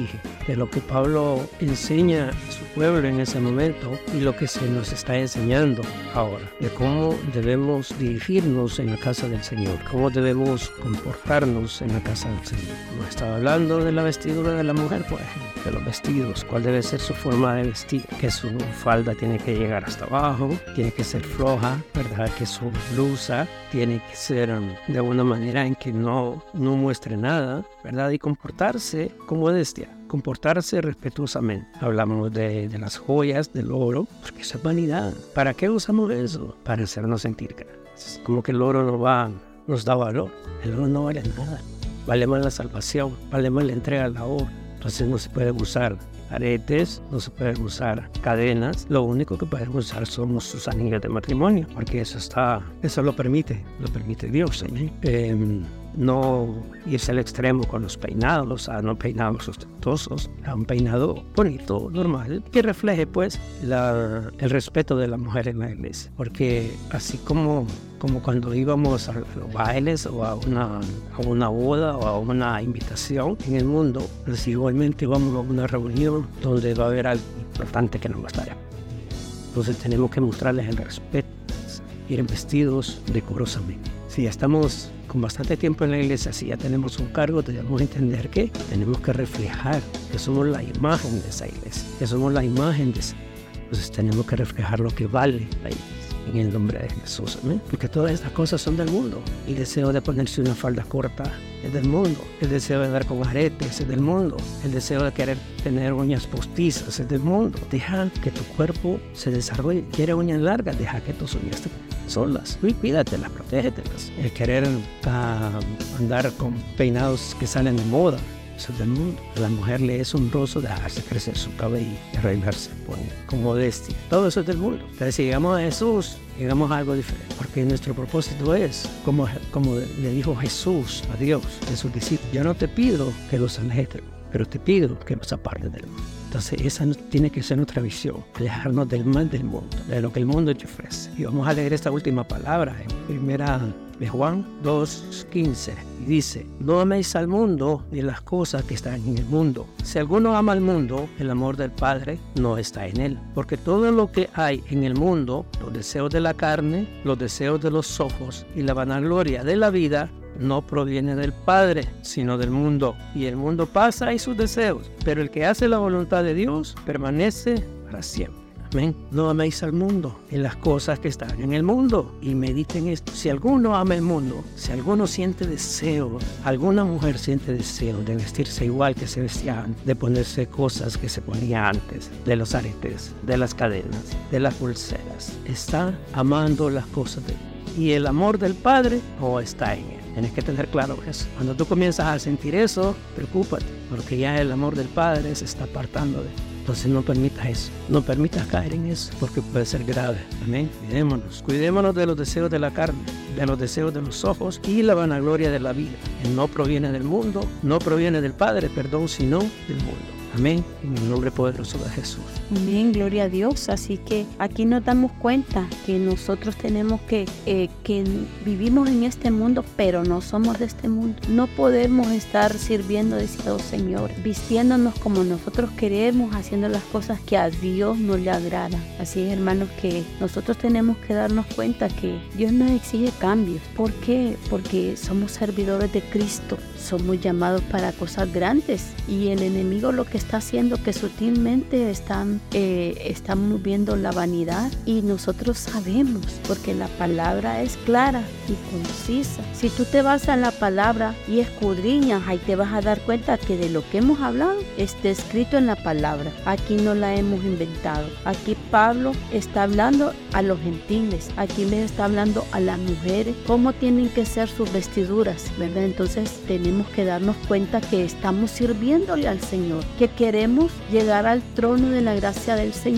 de lo que Pablo enseña a su pueblo en ese momento y lo que se nos está enseñando ahora, de cómo debemos dirigirnos en la casa del Señor, cómo debemos comportarnos en la casa del Señor. Como estaba hablando de la vestidura de la mujer, por ejemplo, de los vestidos, cuál debe ser su forma de vestir, que su falda tiene que llegar hasta abajo, tiene que ser floja, ¿verdad? Que su blusa tiene que ser um, de una manera en que no, no muestre nada, ¿verdad? Y comportarse como bestia, comportarse respetuosamente. Hablamos de, de las joyas, del oro, porque eso es vanidad. ¿Para qué usamos eso? Para hacernos sentir grandes. Como que el oro no va, nos da valor. El oro no vale nada. Vale más la salvación, vale más la entrega al labor. Entonces no se puede usar aretes, no se pueden usar cadenas. Lo único que pueden usar son sus anillos de matrimonio, porque eso está, eso lo permite, lo permite Dios. ¿eh? Eh, no irse al extremo con los peinados, o sea, no peinados ostentosos, a un peinado bonito, normal, que refleje pues la, el respeto de la mujer en la iglesia. Porque así como, como cuando íbamos a los bailes o a una, a una boda o a una invitación en el mundo, pues igualmente vamos a una reunión donde va a haber algo importante que nos va a estar. Entonces tenemos que mostrarles el respeto, ir vestidos decorosamente. Si ya estamos con bastante tiempo en la iglesia, si ya tenemos un cargo, debemos entender que tenemos que reflejar que somos la imagen de esa iglesia, que somos la imagen de esa iglesia. Entonces tenemos que reflejar lo que vale la iglesia en el nombre de Jesús. ¿eh? Porque todas estas cosas son del mundo. El deseo de ponerse una falda corta es del mundo. El deseo de andar con aretes es del mundo. El deseo de querer tener uñas postizas es del mundo. Deja que tu cuerpo se desarrolle. ¿Quiere uñas largas? Deja que tus uñas te solas. Cuídatelas, protégetelas. El querer uh, andar con peinados que salen de moda, eso es del mundo. A la mujer le es honroso dejarse crecer su cabello y arreglarse con modestia. Todo eso es del mundo. Entonces, si llegamos a Jesús, llegamos a algo diferente. Porque nuestro propósito es, como, como le dijo Jesús a Dios, a sus discípulos, yo no te pido que los alejes, pero te pido que los apartes del mundo. Entonces esa tiene que ser nuestra visión, alejarnos del mal del mundo, de lo que el mundo te ofrece. Y vamos a leer esta última palabra en primera de Juan dos quince. Y dice, no améis al mundo ni las cosas que están en el mundo. Si alguno ama al mundo, el amor del Padre no está en él. Porque todo lo que hay en el mundo, los deseos de la carne, los deseos de los ojos y la vanagloria de la vida, no proviene del Padre, sino del mundo. Y el mundo pasa y sus deseos, pero el que hace la voluntad de Dios permanece para siempre. Amén. No améis al mundo en las cosas que están en el mundo. Y mediten esto. Si alguno ama el mundo, si alguno siente deseo, alguna mujer siente deseo de vestirse igual que se vestía antes, de ponerse cosas que se ponía antes, de los aretes, de las cadenas, de las pulseras, está amando las cosas de Dios. Y el amor del Padre no está en él. Tienes que tener claro eso. Cuando tú comienzas a sentir eso, preocúpate, porque ya el amor del Padre se está apartando de él. Entonces no permitas eso, no permitas caer en eso, porque puede ser grave. Amén. Cuidémonos, cuidémonos de los deseos de la carne, de los deseos de los ojos y la vanagloria de la vida. Que no proviene del mundo, no proviene del Padre, perdón, sino del mundo. Amén, en el nombre poderoso de Jesús. Amén, gloria a Dios. Así que aquí nos damos cuenta que nosotros tenemos que, eh, que vivimos en este mundo, pero no somos de este mundo. No podemos estar sirviendo, decía el Señor, vistiéndonos como nosotros queremos, haciendo las cosas que a Dios no le agradan. Así es, hermanos, que nosotros tenemos que darnos cuenta que Dios nos exige cambios. ¿Por qué? Porque somos servidores de Cristo, somos llamados para cosas grandes y el enemigo lo que está haciendo que sutilmente están, eh, estamos viendo la vanidad y nosotros sabemos porque la palabra es clara y concisa. Si tú te vas a la palabra y escudriñas, ahí te vas a dar cuenta que de lo que hemos hablado está escrito en la palabra. Aquí no la hemos inventado. Aquí Pablo está hablando a los gentiles, aquí les está hablando a las mujeres cómo tienen que ser sus vestiduras, ¿verdad? Entonces tenemos que darnos cuenta que estamos sirviéndole al Señor, que queremos llegar al trono de la gracia del Señor.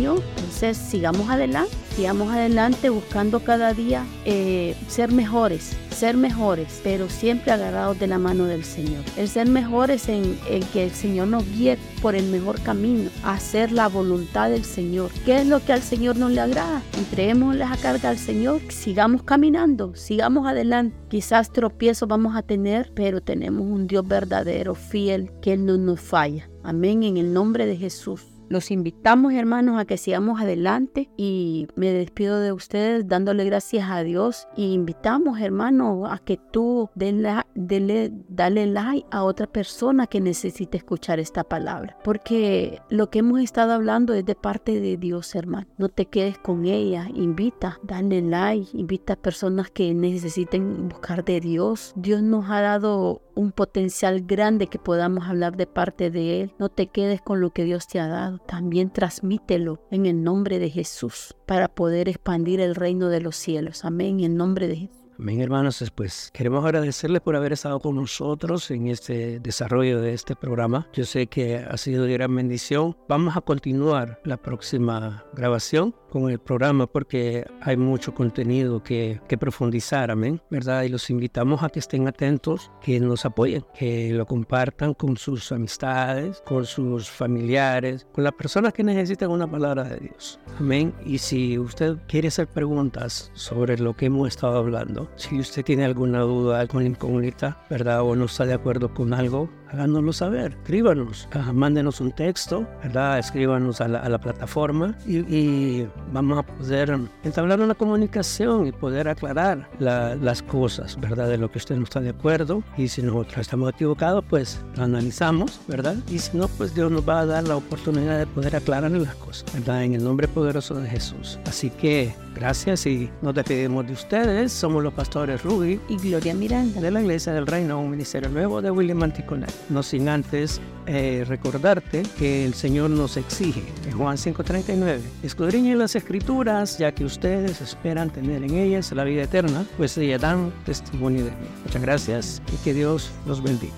Entonces, sigamos adelante, sigamos adelante buscando cada día eh, ser mejores, ser mejores, pero siempre agarrados de la mano del Señor. El ser mejores en, en que el Señor nos guíe por el mejor camino, hacer la voluntad del Señor. ¿Qué es lo que al Señor no le agrada? Entreguémosle la carga al Señor, sigamos caminando, sigamos adelante. Quizás tropiezos vamos a tener, pero tenemos un Dios verdadero, fiel, que Él no nos falla. Amén, en el nombre de Jesús. Los invitamos, hermanos, a que sigamos adelante y me despido de ustedes dándole gracias a Dios y invitamos, hermanos, a que tú denle, denle, dale like a otra persona que necesite escuchar esta palabra, porque lo que hemos estado hablando es de parte de Dios, hermano. No te quedes con ella, invita, dale like, invita a personas que necesiten buscar de Dios. Dios nos ha dado un potencial grande que podamos hablar de parte de Él. No te quedes con lo que Dios te ha dado. También transmítelo en el nombre de Jesús para poder expandir el reino de los cielos. Amén, en el nombre de Jesús. Amén, hermanos. Pues queremos agradecerles por haber estado con nosotros en este desarrollo de este programa. Yo sé que ha sido de gran bendición. Vamos a continuar la próxima grabación con el programa porque hay mucho contenido que, que profundizar, amén, ¿verdad? Y los invitamos a que estén atentos, que nos apoyen, que lo compartan con sus amistades, con sus familiares, con las personas que necesitan una palabra de Dios, amén. Y si usted quiere hacer preguntas sobre lo que hemos estado hablando, si usted tiene alguna duda, alguna incógnita, ¿verdad? O no está de acuerdo con algo, háganoslo saber, escríbanos, uh, mándenos un texto, ¿verdad? Escríbanos a la, a la plataforma y, y vamos a poder entablar una comunicación y poder aclarar la, las cosas, ¿verdad? De lo que usted no está de acuerdo. Y si nosotros estamos equivocados, pues lo analizamos, ¿verdad? Y si no, pues Dios nos va a dar la oportunidad de poder aclarar las cosas, ¿verdad? En el nombre poderoso de Jesús. Así que gracias y nos despedimos de ustedes. Somos los pastores Rudy y Gloria Miranda de la Iglesia del Reino, un ministerio nuevo de William Anticonel. No sin antes eh, recordarte que el Señor nos exige en Juan cinco treinta y nueve: escudriñen las Escrituras, ya que ustedes esperan tener en ellas la vida eterna, pues ellas dan testimonio de mí. Muchas gracias y que Dios los bendiga.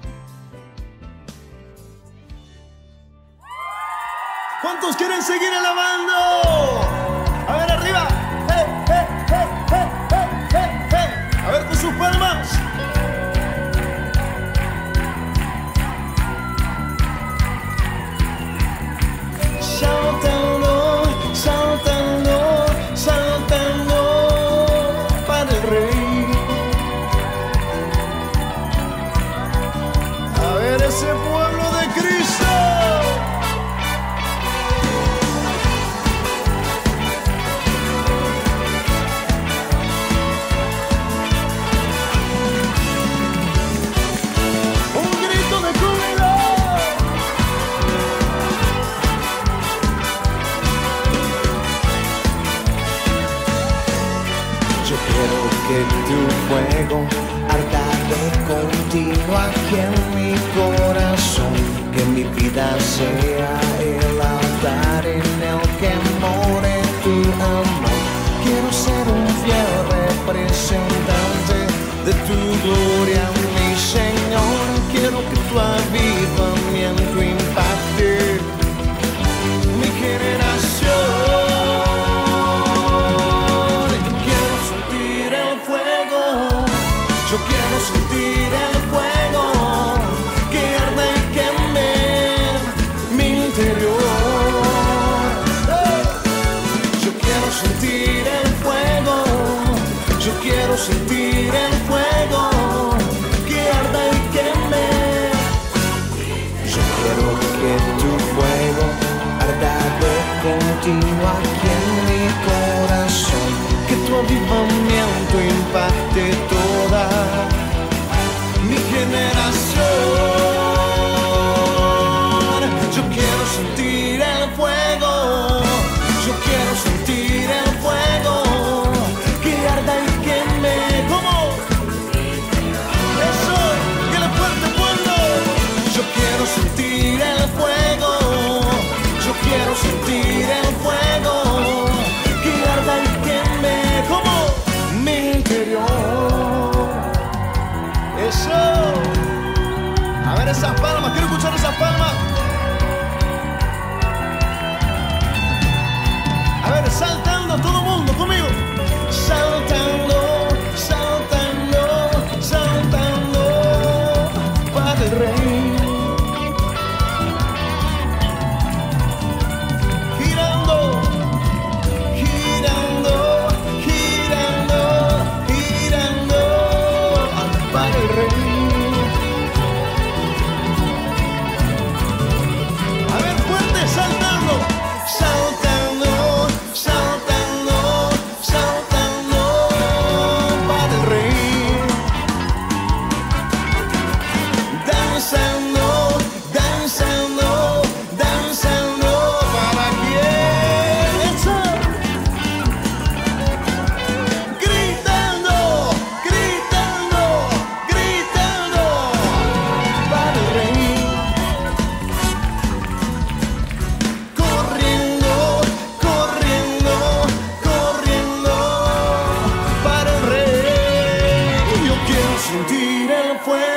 ¿Cuántos quieren seguir alabando? A ver, arriba. Hey, hey, hey, hey, hey, hey, hey. A ver con sus palmas. Saltando, saltando, saltando para el Rey. A ver ese pueblo de Cristo. Que tu fuego arda de continuo aquí en mi corazón, que mi vida sea el altar en el que more tu amor. Quiero ser un fiel representante de tu gloria, mi Señor. Quiero que tu avivamiento impacte mi generación. Yo quiero sentir el fuego que arde y queme mi interior. Yo quiero sentir el fuego, yo quiero sentir el fuego que arde y queme. Yo quiero que tu fuego arda de continuo aquí en mi corazón, que tu avivamiento impacte toda mi generación. Yo quiero sentir el fuego, yo quiero sentir el fuego que arda y queme. ¿Cómo? Eso, que le fuerte pueblo. Yo quiero sentir el fuego, yo quiero sentir el fuego el fuego.